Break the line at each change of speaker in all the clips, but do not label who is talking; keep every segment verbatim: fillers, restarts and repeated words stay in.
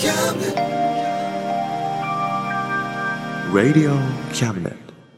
Radio Cabinet。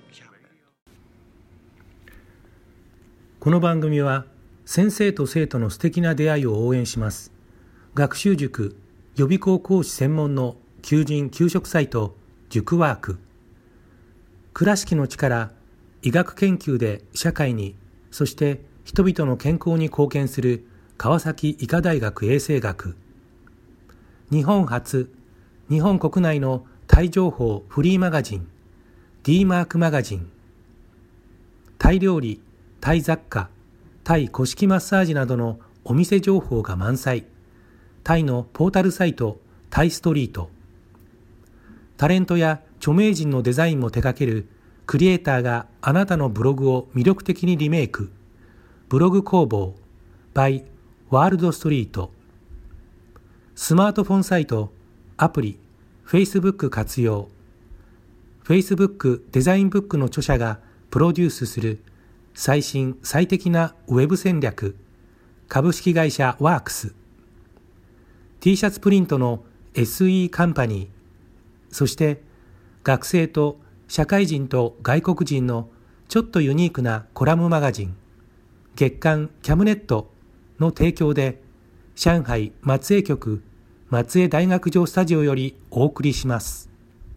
この番組は先生と生徒の素敵な出会いを応援します。学習塾予備校講師専門の求人・求職サイト塾ワーク。倉敷の力、医学研究で社会に、そして人々の健康に貢献する川崎医科大学衛生学。日本初、日本国内のタイ情報フリーマガジン D マークマガジン。タイ料理、タイ雑貨、タイ古式マッサージなどのお店情報が満載。タイのポータルサイトタイストリート。タレントや著名人のデザインも手掛けるクリエイターがあなたのブログを魅力的にリメイク。ブログ工房 by ワールドストリート。スマートフォンサイト、アプリ、Facebook 活用。Facebook デザインブックの著者がプロデュースする最新最適なウェブ戦略。株式会社ワークス。T シャツプリントの エスイー カンパニー。そして学生と社会人と外国人のちょっとユニークなコラムマガジン月刊キャムネットの提供で上海松江局松江大学城スタジオよりお送りします。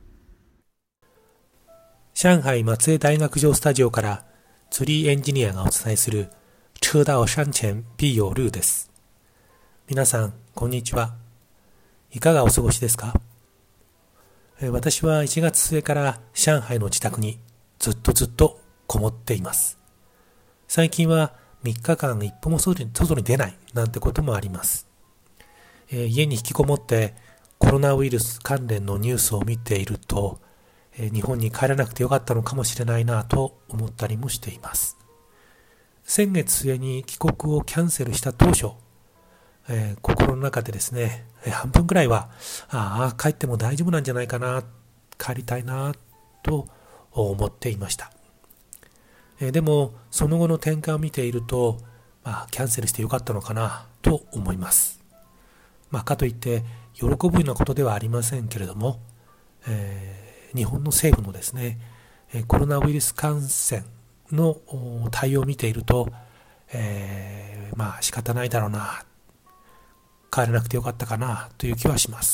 上海松江大学城スタジオからツリーエンジニアがお伝えする車到山前必有路です。皆さんこんにちは。いかがお過ごしですか？私はいちがつ末から上海の自宅にずっとずっとこもっています。最近はみっかかん一歩も外に出ないなんてこともあります。えー、家に引きこもってコロナウイルス関連のニュースを見ていると、えー、日本に帰らなくてよかったのかもしれないなと思ったりもしています。先月末に帰国をキャンセルした当初、えー、心の中でですね、えー、半分くらいはああ帰っても大丈夫なんじゃないかな、帰りたいなと思っていました。えー、でもその後の展開を見ていると、まあ、キャンセルしてよかったのかなと思います。まあ、かといって喜ぶようなことではありませんけれども、えー、日本の政府のですね、コロナウイルス感染の対応を見ていると、えー、まあ仕方ないだろうな、帰らなくてよかったかなという気はします。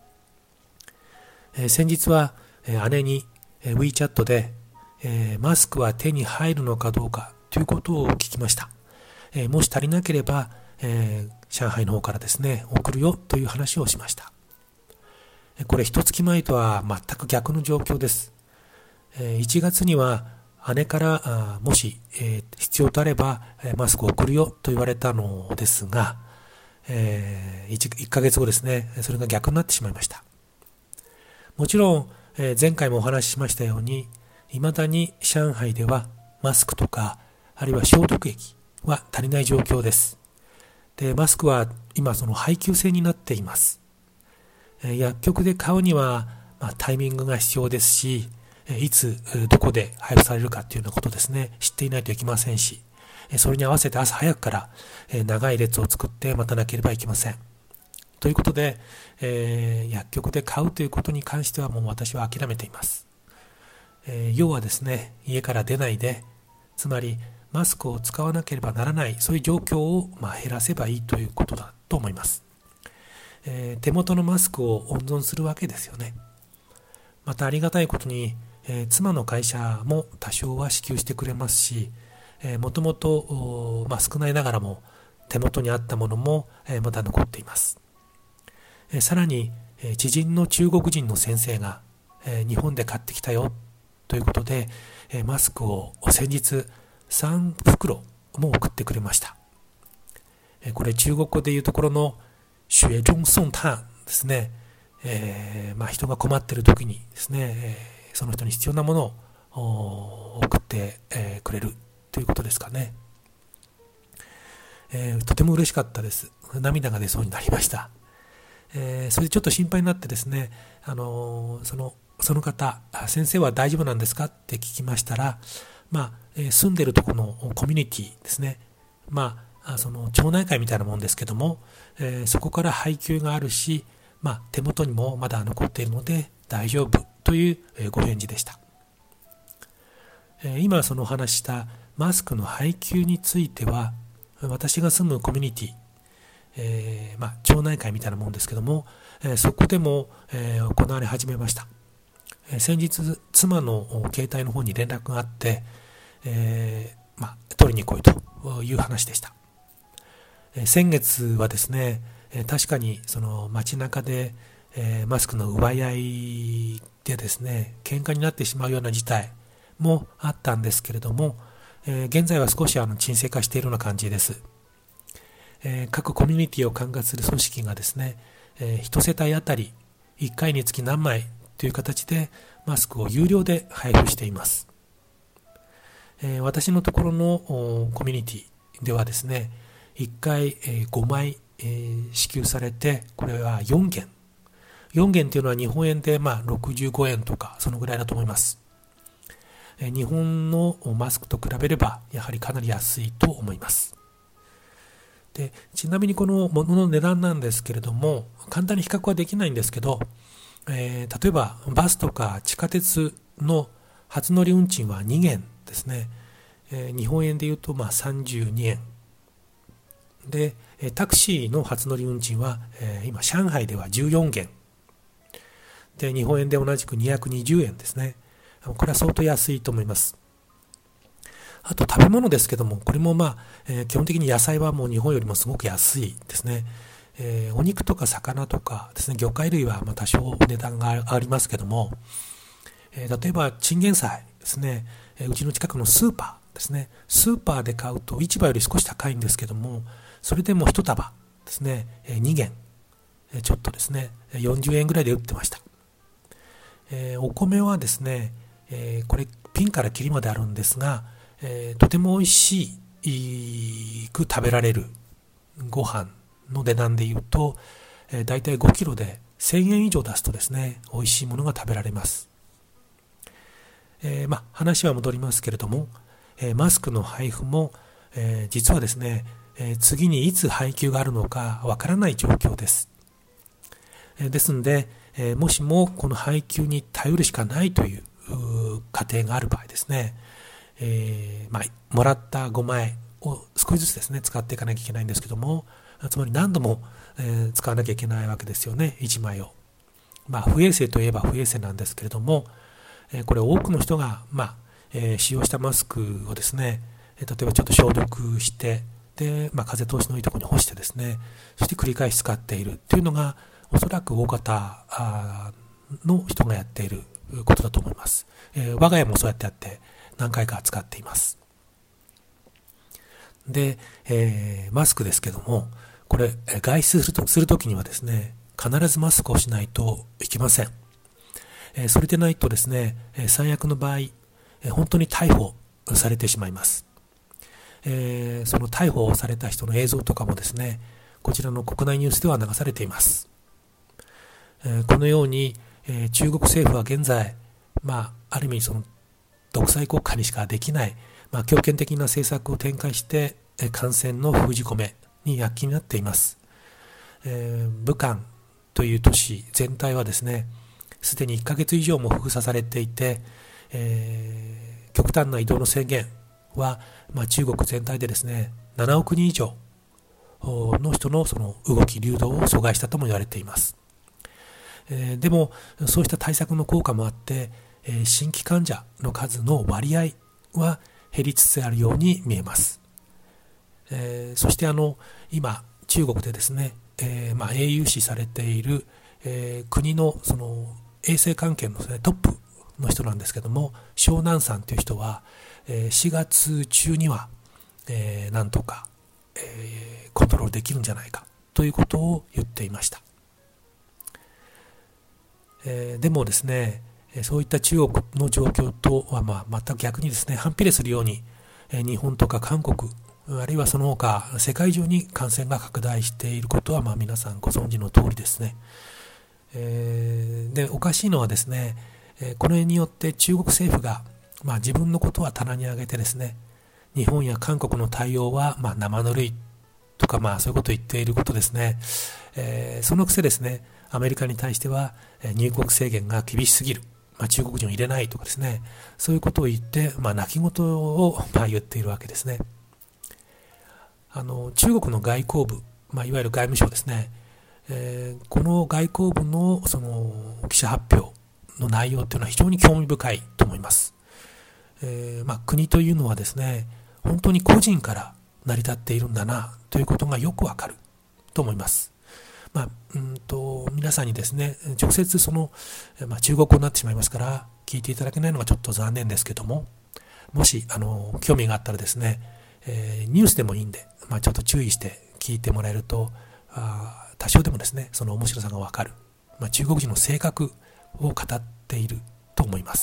えー、先日は、えー、姉に、えー、WeChat で、えー、マスクは手に入るのかどうかということを聞きました。えー、もし足りなければ、えー、上海の方からですね送るよという話をしました。えー、これ一月前とは全く逆の状況です。えー、いちがつには姉からあもし、えー、必要とあれば、えー、マスクを送るよと言われたのですが、えー、1, いっかげつごですね、それが逆になってしまいました。もちろん、えー、前回もお話ししましたように、未だに上海ではマスクとかあるいは消毒液は足りない状況です。で、マスクは今その配給制になっています。えー、薬局で買うには、まあ、タイミングが必要ですし、えー、いつどこで配布されるかというようなことですね、知っていないといけませんし、それに合わせて朝早くから長い列を作って待たなければいけません。ということで、えー、薬局で買うということに関してはもう私は諦めています。えー、要はですね、家から出ないで、つまりマスクを使わなければならない、そういう状況をまあ減らせばいいということだと思います。えー、手元のマスクを温存するわけですよね。またありがたいことに、えー、妻の会社も多少は支給してくれますし、えー、もともと、まあ、少ないながらも手元にあったものも、えー、まだ残っています。えー、さらに、えー、知人の中国人の先生が、えー、日本で買ってきたよということで、えー、マスクを先日さんぶくろも送ってくれました。えー、これ中国語でいうところの雪中送炭ですね。えーまあ、人が困っている時にですね、えー、その人に必要なものを送って、えー、くれるということですかね。えー、とても嬉しかったです。涙が出そうになりました。えー、それでちょっと心配になってですね、あのー、そのその方、先生は大丈夫なんですかって聞きましたら、まあえー、住んでいるところのコミュニティですね、まあその町内会みたいなもんですけども、えー、そこから配給があるし、 まあ、手元にもまだ残っているので大丈夫というご返事でした。今そのお話したマスクの配給については、私が住むコミュニティ、えーまあ、町内会みたいなもんですけども、えー、そこでも、えー、行われ始めました。えー、先日妻の携帯の方に連絡があって、えーまあ、取りに来いという話でした。えー、先月はですね、えー、確かにその街中で、えー、マスクの奪い合いでですね、喧嘩になってしまうような事態もあったんですけれども、えー、現在は少しあの沈静化しているような感じです。えー、各コミュニティを管轄する組織がですね、えー、一世帯あたりいっかいにつき何枚という形でマスクを有料で配布しています。えー、私のところのコミュニティではですね、いっかい、えー、ごまい、えー、支給されて、これはよんげん。よんげんというのは日本円でまあろくじゅうごえんとかそのぐらいだと思います。えー、日本のマスクと比べればやはりかなり安いと思います。でちなみにこの物の値段なんですけれども、簡単に比較はできないんですけど、えー、例えばバスとか地下鉄の初乗り運賃はにげんですね。えー、日本円でいうとまあさんじゅうにえんで、タクシーの初乗り運賃は、えー、今上海ではじゅうよんげんで、日本円で同じくにひゃくにじゅうえんですね。これは相当安いと思います。あと食べ物ですけども、これもまあ、えー、基本的に野菜はもう日本よりもすごく安いですね。えー、お肉とか魚とかですね、魚介類はまあ多少値段がありますけども、えー、例えばチンゲン菜ですね、えー、うちの近くのスーパーですね、スーパーで買うと市場より少し高いんですけども、それでも一束ですね、えー、にげん、えー、ちょっとですね、よんじゅうえんぐらいで売ってました。えー、お米はですね、えー、これピンからキリまであるんですが、えー、とても美味しく食べられるご飯の値段でいうと、えー、だいたいごキロでせんえん以上出すとですね、美味しいものが食べられます。えー、まあ話は戻りますけれども、えー、マスクの配布も、えー、実はですね、えー、次にいつ配給があるのかわからない状況です。えー、ですので、えー、もしもこの配給に頼るしかないという家庭がある場合ですね、えーまあ、もらったごまいを少しずつですね使っていかなきゃいけないんですけども、つまり何度も、えー、使わなきゃいけないわけですよね、いちまいを。まあ不衛生といえば不衛生なんですけれども、えー、これ多くの人が、まあえー、使用したマスクをですね、例えばちょっと消毒してで、まあ、風通しのいいところに干してですね、そして繰り返し使っているというのがおそらく大方の人がやっていることだと思います。えー、我が家もそうやってやって何回か使っています。で、えー、マスクですけども、これ外出するとするときにはですね、必ずマスクをしないといけません。えー、それでないとですね、最悪の場合、えー、本当に逮捕されてしまいます。えー、その逮捕された人の映像とかもですね、こちらの国内ニュースでは流されています。えー、このように、えー、中国政府は現在、まあ、ある意味その独裁国家にしかできない、まあ、強権的な政策を展開して感染の封じ込めに躍起になっています。えー、武漢という都市全体はですね、すでにいっかげつ以上も封鎖されていて、えー、極端な移動の制限は、まあ、中国全体でですねななおくにん以上の人のその動き流動を阻害したとも言われています。えー、でもそうした対策の効果もあって、えー、新規患者の数の割合は減りつつあるように見えます。えー、そしてあの今中国でですね、えーまあ、英雄視されている、えー、国のその衛生関係の、ね、トップの人なんですけども、鍾南山という人は、えー、しがつ中には、えー、なんとか、えー、コントロールできるんじゃないかということを言っていました。えー、でもですね、そういった中国の状況とはまあ全く逆にですね、反比例するように、えー、日本とか韓国、あるいはその他世界中に感染が拡大していることはまあ皆さんご存知の通りですね。えー、でおかしいのはですね、えー、これによって中国政府が、まあ、自分のことは棚に上げてですね、日本や韓国の対応はまあ生ぬるいとか、まあそういうことを言っていることですね。えー、そのくせですね、アメリカに対しては入国制限が厳しすぎる。まあ、中国人を入れないとかですね、そういうことを言って、まあ、泣き言を、まあ、言っているわけですね。あの中国の外交部、まあ、いわゆる外務省ですね、えー、この外交部のその記者発表の内容というのは非常に興味深いと思います。えーまあ、国というのはですね、本当に個人から成り立っているんだなということがよくわかると思います。まあ、うんと皆さんにですね、直接その、まあ、中国語になってしまいますから聞いていただけないのがちょっと残念ですけども、もしあの興味があったらですね、えー、ニュースでもいいんで、まあ、ちょっと注意して聞いてもらえると、あ多少でもですねその面白さがわかる、まあ、中国人の性格を語っていると思います。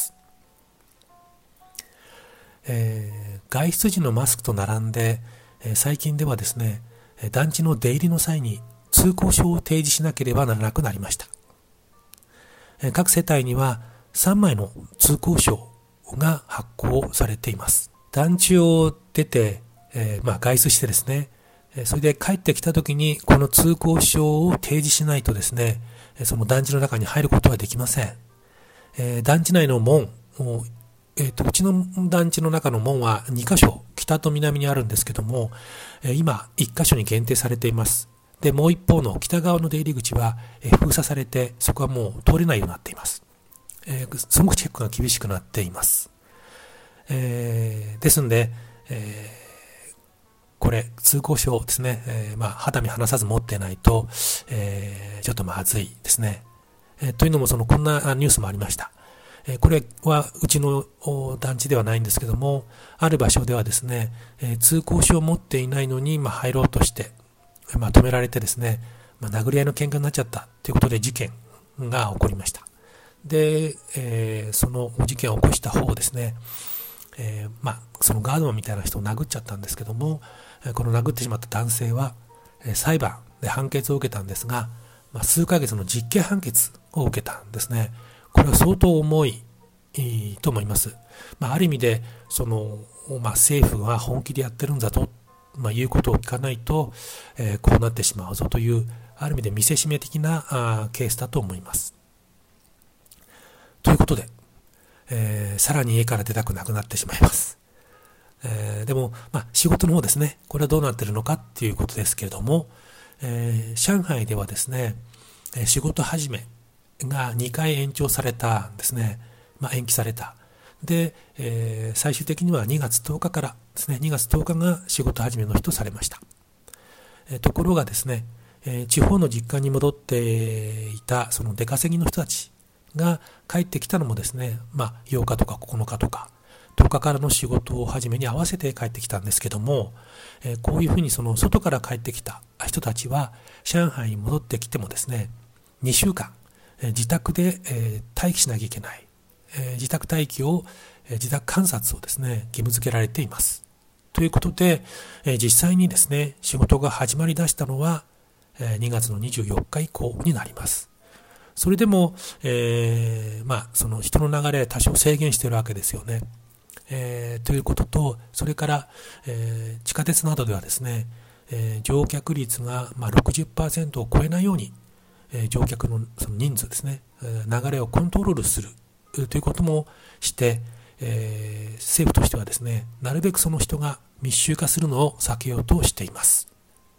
えー、外出時のマスクと並んで、えー、最近ではですね団地の出入りの際に通行証を提示しなければならなくなりました。各世帯にはさんまいの通行証が発行されています。団地を出て、えーまあ、外出してですね、それで帰ってきたときにこの通行証を提示しないとですね、その団地の中に入ることはできません。えー、団地内の門、えーと、うちの団地の中の門はにかしょ、北と南にあるんですけども、今いっかしょに限定されています。で、もう一方の北側の出入り口は封鎖されて、そこはもう通れないようになっています。えー、すごくチェックが厳しくなっています。えー、ですので、えー、これ通行証ですね、えー、まあ肌身離さず持ってないと、えー、ちょっとまずいですね。えー、というのもそのこんなニュースもありました。えー、これはうちの団地ではないんですけども、ある場所ではですね、えー、通行証を持っていないのにまあ入ろうとして。まあ、止められてですね、まあ、殴り合いの喧嘩になっちゃったということで事件が起こりました。で、えー、その事件を起こした方ですね、えー、まあ、そのガードマンみたいな人を殴っちゃったんですけども、この殴ってしまった男性は、えー、裁判で判決を受けたんですが、まあ、数ヶ月の実刑判決を受けたんですね。これは相当重いと思います。まあ、ある意味でその、まあ、政府は本気でやってるんだとまあ、言うことを聞かないと、えー、こうなってしまうぞという、ある意味で見せしめ的なあケースだと思います。ということで、えー、さらに家から出たくなくなってしまいます。えー、でも、まあ、仕事の方ですね、これはどうなっているのかっていうことですけれども、えー、上海ではですね、仕事始めがにかい延長されたんですね。まあ、延期された。で、えー、最終的にはにがつとおかからですね、にがつとおかが仕事始めの日とされました。えー、ところがですね、えー、地方の実家に戻っていたその出稼ぎの人たちが帰ってきたのもですね、まあ、ようかとかここのかとかとおかからの仕事を始めに合わせて帰ってきたんですけども、えー、こういうふうにその外から帰ってきた人たちは上海に戻ってきてもですね、にしゅうかん、えー、自宅で、えー、待機しなきゃいけない。えー、自宅待機を、えー、自宅観察をですね、義務付けられています。ということで、えー、実際にですね、仕事が始まりだしたのは、えー、にがつのにじゅうよっか以降になります。それでも、えー、まあ、その人の流れ多少制限しているわけですよね。えー、ということと、それから、えー、地下鉄などではですね、えー、乗客率が、まあ、ろくじゅっパーセント を超えないように、えー、乗客のその人数ですね、えー、流れをコントロールするということもして、えー、政府としてはですね、なるべくその人が密集化するのを避けようとしています。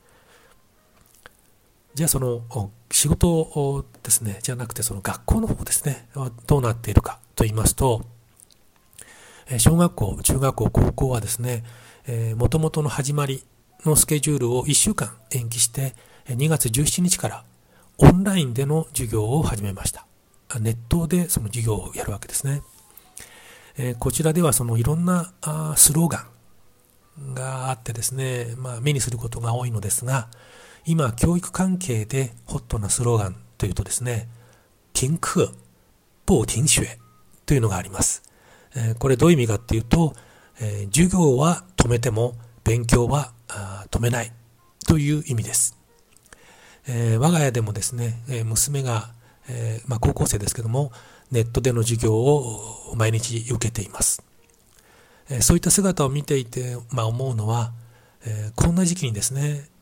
じゃあその仕事ですね、じゃなくてその学校の方ですね、どうなっているかと言いますと、小学校、中学校、高校はですね、もともとの始まりのスケジュールをいっしゅうかん延期してにがつじゅうしちにちからオンラインでの授業を始めました。ネットでその授業をやるわけですね。えー、こちらではそのいろんなあスローガンがあってですね、まあ、目にすることが多いのですが、今教育関係でホットなスローガンというとですね、停課不停学というのがあります。えー、これどういう意味かっていうと、えー、授業は止めても勉強はあ止めないという意味です。えー、我が家でもですね、えー、娘がえーまあ、高校生ですけども、ネットでの授業を毎日受けています。えー、そういった姿を見ていて、まあ、思うのは、えー、こんな時期にですね、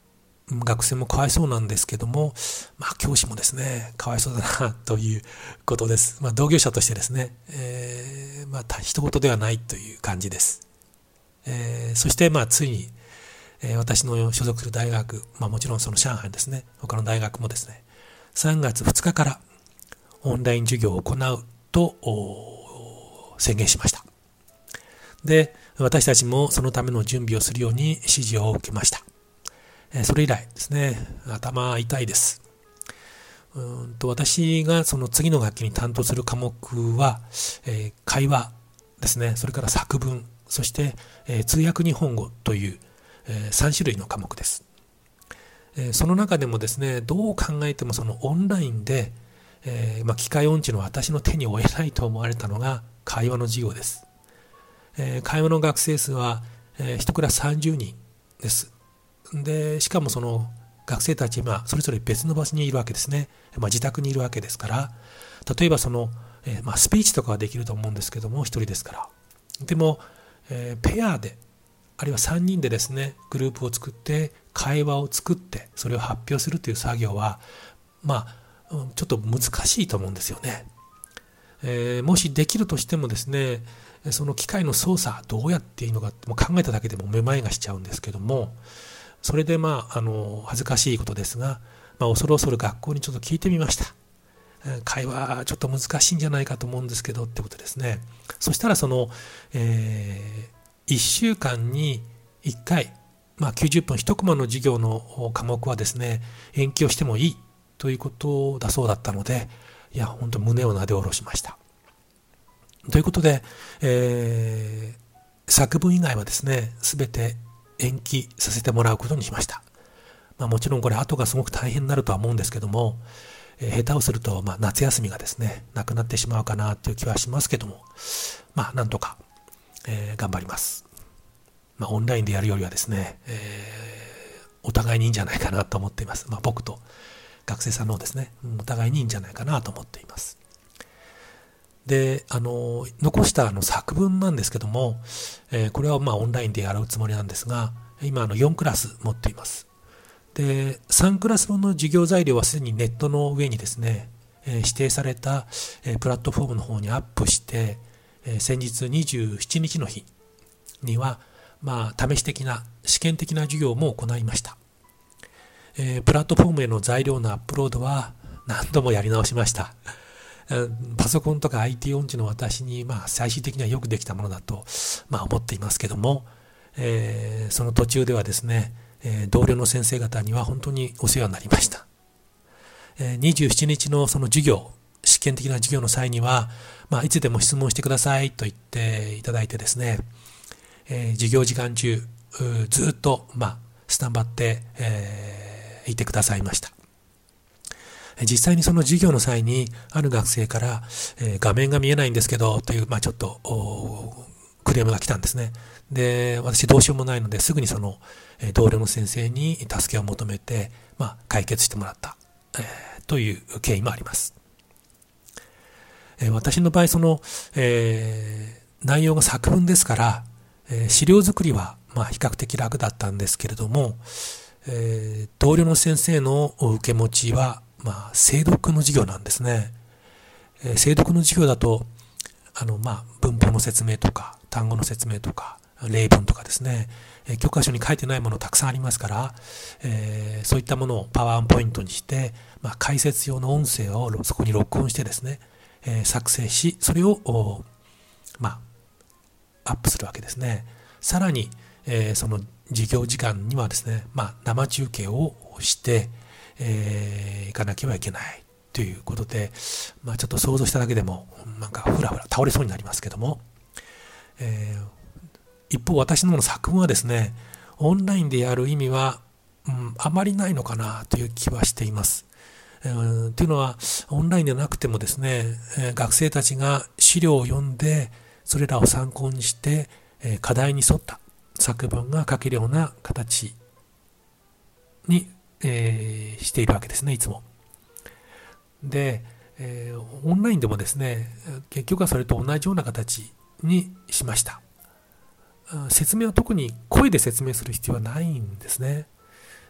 学生もかわいそうなんですけども、まあ教師もですね、かわいそうだなということです。まあ同業者としてですね、えー、まあ一言ではないという感じです。えー、そしてまあついに、えー、私の所属する大学、まあもちろんその上海ですね、他の大学もですね、さんがつふつかからオンライン授業を行うと宣言しました。で、私たちもそのための準備をするように指示を受けました。それ以来ですね、頭痛いです。うんと私がその次の学期に担当する科目は、えー、会話ですね、それから作文、そして、えー、通訳日本語という、えー、さんしゅるいの科目です。えー、その中でもですね、どう考えてもそのオンラインで、えーまあ、機械音痴の私の手に負えないと思われたのが会話の授業です。えー、会話の学生数は、えー、いちクラスさんじゅうにんです。で、しかもその学生たちはそれぞれ別の場所にいるわけですね。まあ、自宅にいるわけですから、例えばその、えーまあ、スピーチとかはできると思うんですけども、一人ですから。でも、えー、ペアで、あるいはさんにんでですね、グループを作って会話を作ってそれを発表するという作業は、まあ、ちょっと難しいと思うんですよね。えー、もしできるとしてもですね、その機械の操作どうやっていいのかってもう考えただけでもめまいがしちゃうんですけども、それでまあ、あの、恥ずかしいことですが、まあ、恐る恐る学校にちょっと聞いてみました。会話ちょっと難しいんじゃないかと思うんですけどってことですね。そしたらその、えー、いっしゅうかんにいっかい、まあ、きゅうじゅっぷんいちコマの授業の科目はですね、延期をしてもいいということだそうだったので、いや、本当胸をなで下ろしました。ということで、えー、作文以外はですね、すべて延期させてもらうことにしました。まあ、もちろんこれ後がすごく大変になるとは思うんですけども、えー、下手をすると、まあ、夏休みがですね、なくなってしまうかなという気はしますけども、まあ、なんとか、えー、頑張ります。まあ、オンラインでやるよりはですね、えー、お互いにいいんじゃないかなと思っています。まあ、僕と学生さんのですね、お互いにいいんじゃないかなと思っています。で、あの、残したあの作文なんですけども、えー、これはまあオンラインでやるつもりなんですが、今あのよんクラス持っています。で、さんクラス分の授業材料はすでにネットの上にですね、えー、指定された、えー、プラットフォームの方にアップして、えー、先日にじゅうしちにちの日には、まあ試し的な試験的な授業も行いました。えー、プラットフォームへの材料のアップロードは何度もやり直しました。パソコンとか アイティー 音痴の私に、まあ、最終的にはよくできたものだと、まあ、思っていますけども、えー、その途中ではですね、えー、同僚の先生方には本当にお世話になりました。えー、にじゅうしちにちのその授業、試験的な授業の際には、まあ、いつでも質問してくださいと言っていただいてですね、えー、授業時間中、ずっと、まあ、スタンバって、えー、いてくださいました。実際にその授業の際にある学生から、えー、画面が見えないんですけどという、まあ、ちょっとクレームが来たんですね。で、私どうしようもないのですぐにその、えー、同僚の先生に助けを求めて、まあ、解決してもらった、えー、という経緯もあります。えー、私の場合その、えー、内容が作文ですから、えー、資料作りは、まあ、比較的楽だったんですけれども、えー、同僚の先生の受け持ちはまあ、精読の授業なんですね。えー、精読の授業だと、あの、まあ、文法の説明とか、単語の説明とか、例文とかですね、えー、教科書に書いてないものたくさんありますから、えー、そういったものをパワーポイントにして、まあ、解説用の音声をそこに録音してですね、えー、作成し、それを、まあ、アップするわけですね。さらに、えー、その授業時間にはですね、まあ、生中継をして、えー、行かなければいけないということで、まあ、ちょっと想像しただけでもなんかふらふら倒れそうになりますけども、えー、一方私の作文はですね、オンラインでやる意味は、うん、あまりないのかなという気はしています。えー、というのはオンラインでなくてもですね、えー、学生たちが資料を読んでそれらを参考にして、えー、課題に沿った作文が書けるような形にえー、しているわけですね、いつも。で、えー、オンラインでもですね、結局はそれと同じような形にしました。説明は特に声で説明する必要はないんですね。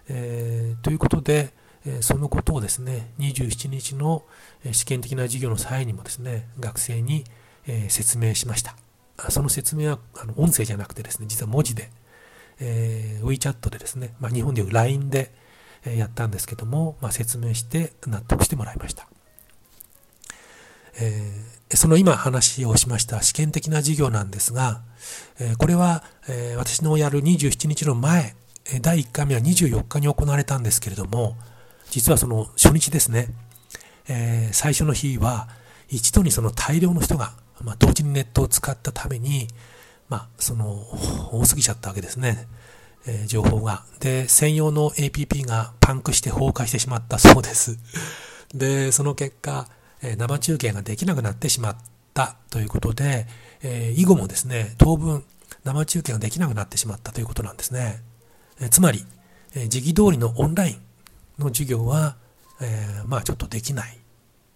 えー、ということで、えー、そのことをですね、にじゅうしちにちの試験的な授業の際にもですね、学生に、えー、説明しました。その説明はあの音声じゃなくてですね、実は文字で、えー、WeChat でですね、まあ、日本でいう ライン で、えー、やったんですけども、まあ、説明して納得してもらいました。えー、その今話をしました試験的な授業なんですが、えー、これは、えー、私のやるにじゅうしちにちの前、だいいっかいめはにじゅうよっかに行われたんですけれども、実はその初日ですね、えー、最初の日は一度にその大量の人が、まあ、同時にネットを使ったために、まあ、その多すぎちゃったわけですね、えー、情報が。で、専用の エーピーピー がパンクして崩壊してしまったそうです。で、その結果、生中継ができなくなってしまったということで、えー、以後もですね、当分生中継ができなくなってしまったということなんですね。えー、つまり、えー、時期通りのオンラインの授業は、えー、まあちょっとできない。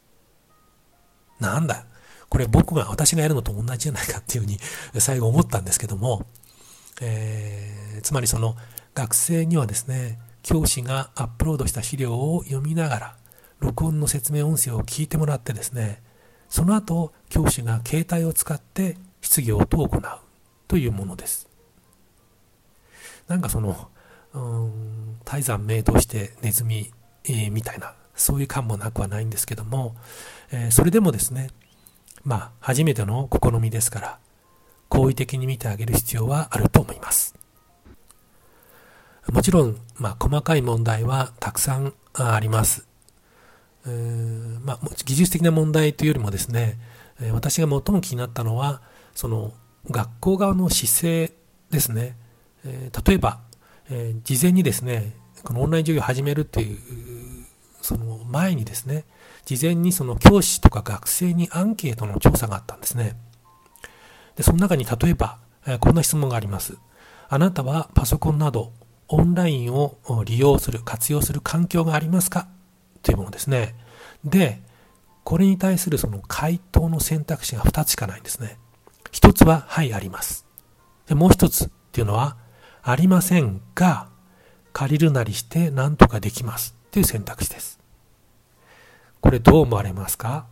なんだ、これ僕が私がやるのと同じじゃないかっていうふうに最後思ったんですけども、えー、つまりその学生にはですね、教師がアップロードした資料を読みながら録音の説明音声を聞いてもらってですね、その後教師が携帯を使って質疑応答を行うというものです。なんかそのうーん泰山明としてネズミ、えー、みたいなそういう感もなくはないんですけども、えー、それでもですね、まあ初めての試みですから好意的に見てあげる必要はあると思います。もちろん、まあ、細かい問題はたくさんあります。えーまあ、技術的な問題というよりもですね、えー、私が最も気になったのはその学校側の姿勢ですね。えー、例えば、えー、事前にですね、このオンライン授業を始めるというその前にですね、事前にその教師とか学生にアンケートの調査があったんですね。で、その中に例えば、えー、こんな質問があります。あなたはパソコンなどオンラインを利用する、活用する環境がありますかというものですね。で、これに対するその回答の選択肢がふたつしかないんですね。ひとつは、はい、あります。で、もうひとつっていうのは、ありませんが、借りるなりして何とかできますっていう選択肢です。これどう思われますか？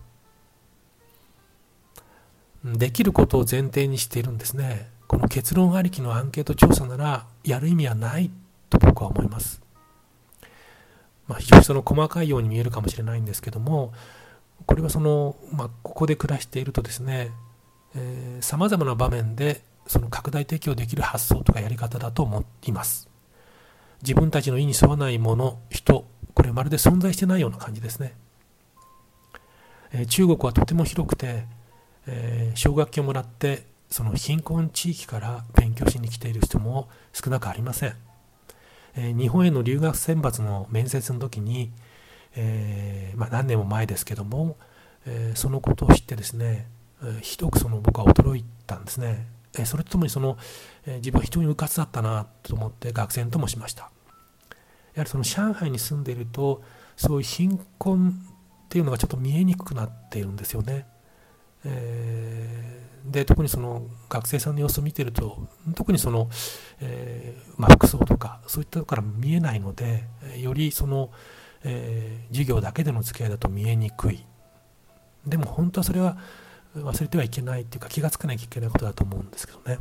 できることを前提にしているんですね。この結論ありきのアンケート調査なら、やる意味はないと僕は思います。まあ、非常にその細かいように見えるかもしれないんですけども、これはその、まあ、ここで暮らしているとですね、えー、様々な場面でその拡大適用できる発想とかやり方だと思います。自分たちの意に沿わないもの、人、これまるで存在してないような感じですね。えー、中国はとても広くて、えー、奨学金をもらってその貧困地域から勉強しに来ている人も少なくありません。えー、日本への留学選抜の面接の時に、えーまあ、何年も前ですけども、えー、そのことを知ってですね、えー、ひどくその僕は驚いたんですね。えー、それとともにその、えー、自分は非常にうかつだったなと思って学生ともしました。やはりその上海に住んでいるとそういう貧困っていうのがちょっと見えにくくなっているんですよね。えー、で特にその学生さんの様子を見ていると特にその、えーまあ、服装とかそういったところから見えないのでよりその、えー、授業だけでの付き合いだと見えにくい。でも本当はそれは忘れてはいけないっていうか気がつかなきゃいけないことだと思うんですけどね。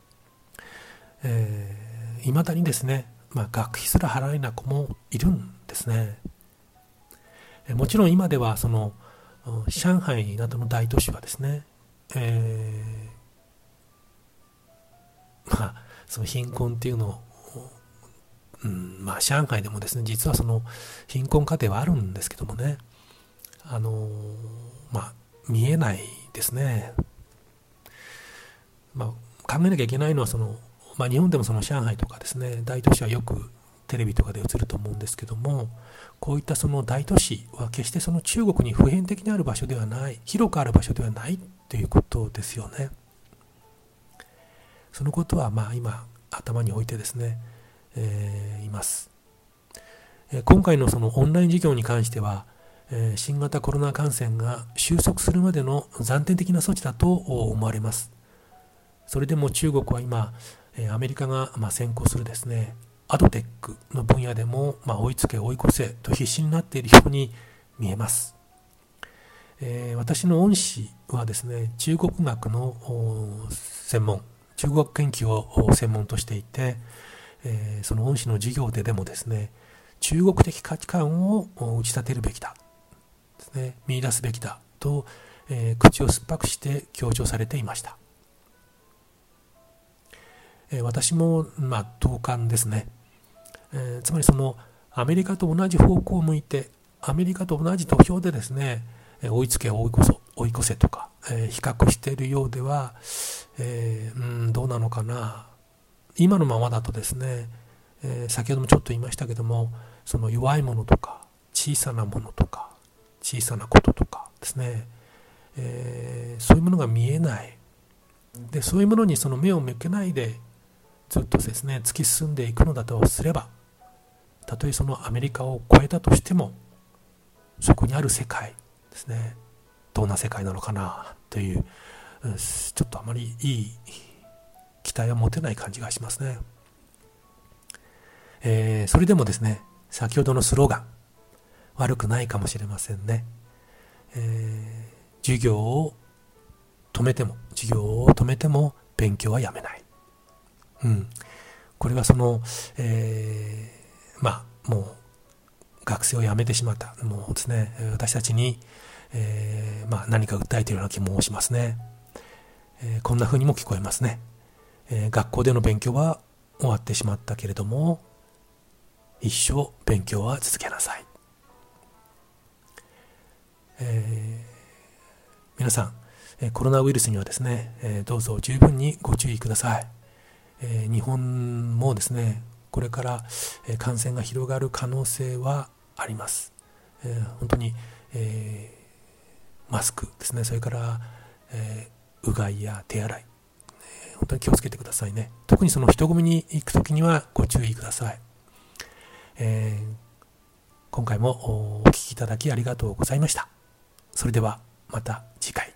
えー、未だにですね、まあ、学費すら払えない子もいるんですね。えー、もちろん今ではその上海などの大都市はですね、えー、まあその貧困っていうのを、うん、まあ上海でもですね実はその貧困家庭はあるんですけどもね、あのまあ見えないですね。まあ考えなきゃいけないのはその、まあ、日本でもその上海とかですね大都市はよくテレビとかで映ると思うんですけども、こういったその大都市は決してその中国に普遍的にある場所ではない、広くある場所ではないということですよね。そのことはまあ今頭に置いてですね、えー、います。えー、今回のそのオンライン授業に関しては、えー、新型コロナ感染が収束するまでの暫定的な措置だと思われます。それでも中国は今、アメリカがまあ先行するですねアドテックの分野でも、まあ、追いつけ追い越せと必死になっているように見えます。えー、私の恩師はですね、中国学の専門、中国研究を専門としていて、えー、その恩師の授業ででもですね、中国的価値観を打ち立てるべきだ、ですね、見出すべきだと、えー、口を酸っぱくして強調されていました。えー、私も、まあ、同感ですね。えー、つまりそのアメリカと同じ方向を向いて、アメリカと同じ土俵でですね、追いつけ追い越せ追い越せとか、えー、比較しているようでは、えー、うんどうなのかな。今のままだとですね、えー、先ほどもちょっと言いましたけども、その弱いものとか小さなものとか小さなこととかですね、えー、そういうものが見えない。で、そういうものにその目を向けないでずっとですね突き進んでいくのだとすれば、たとえそのアメリカを超えたとしても、そこにある世界ですね、どんな世界なのかなという、ちょっとあまりいい期待は持てない感じがしますね。えー、それでもですね、先ほどのスローガン悪くないかもしれませんね。えー、授業を止めても授業を止めても勉強はやめない、うん、これはその、えー、まあもう学生を辞めてしまったもうですね、私たちに、えーまあ、何か訴えているような気もしますね。えー、こんな風にも聞こえますね。えー、学校での勉強は終わってしまったけれども、一生勉強は続けなさい。えー、皆さん、えー、コロナウイルスにはですね、えー、どうぞ十分にご注意ください。えー、日本もですね、これから、えー、感染が広がる可能性はあります。えー、本当に、えー、マスクですね、それから、えー、うがいや手洗い、えー、本当に気をつけてくださいね。特にその人混みに行くときにはご注意ください。えー、今回もお聞きいただきありがとうございました。それではまた次回。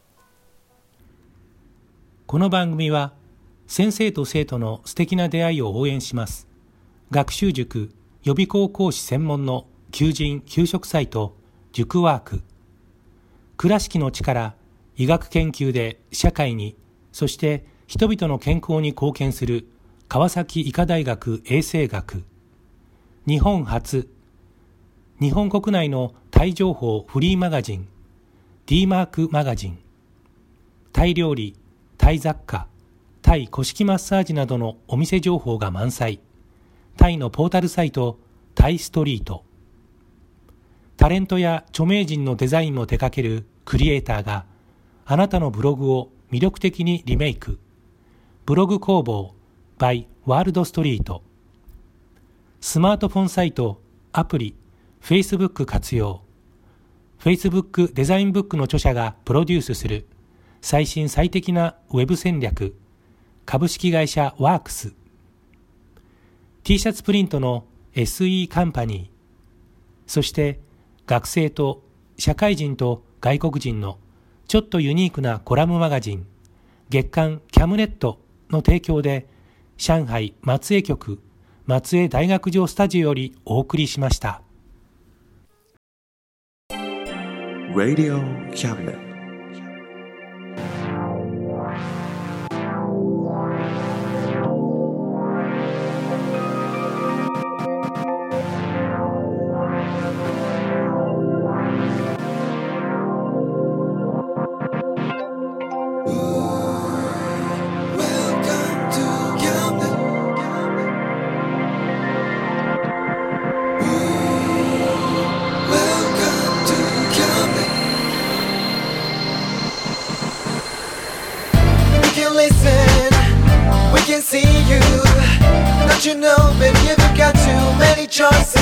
この番組は先生と生徒の素敵な出会いを応援します。学習塾予備校講師専門の求人・求職サイト塾ワーク。倉敷の力、医学研究で社会に、そして人々の健康に貢献する川崎医科大学衛生学。日本初、日本国内のタイ情報フリーマガジン D マークマガジン。タイ料理、タイ雑貨、タイ古式マッサージなどのお店情報が満載。タイのポータルサイトタイストリート。タレントや著名人のデザインも手掛けるクリエイターがあなたのブログを魅力的にリメイク。ブログ工房 by ワールドストリート。スマートフォンサイト、アプリ、Facebook 活用。Facebook デザインブックの著者がプロデュースする最新最適なウェブ戦略。株式会社ワークス。T シャツプリントの エスイー カンパニー。そして学生と社会人と外国人のちょっとユニークなコラムマガジン月刊キャムネットの提供で上海松江局松江大学城スタジオよりお送りしました。
Radio Cabinet。
See you, don't you know, baby, you've got too many choices.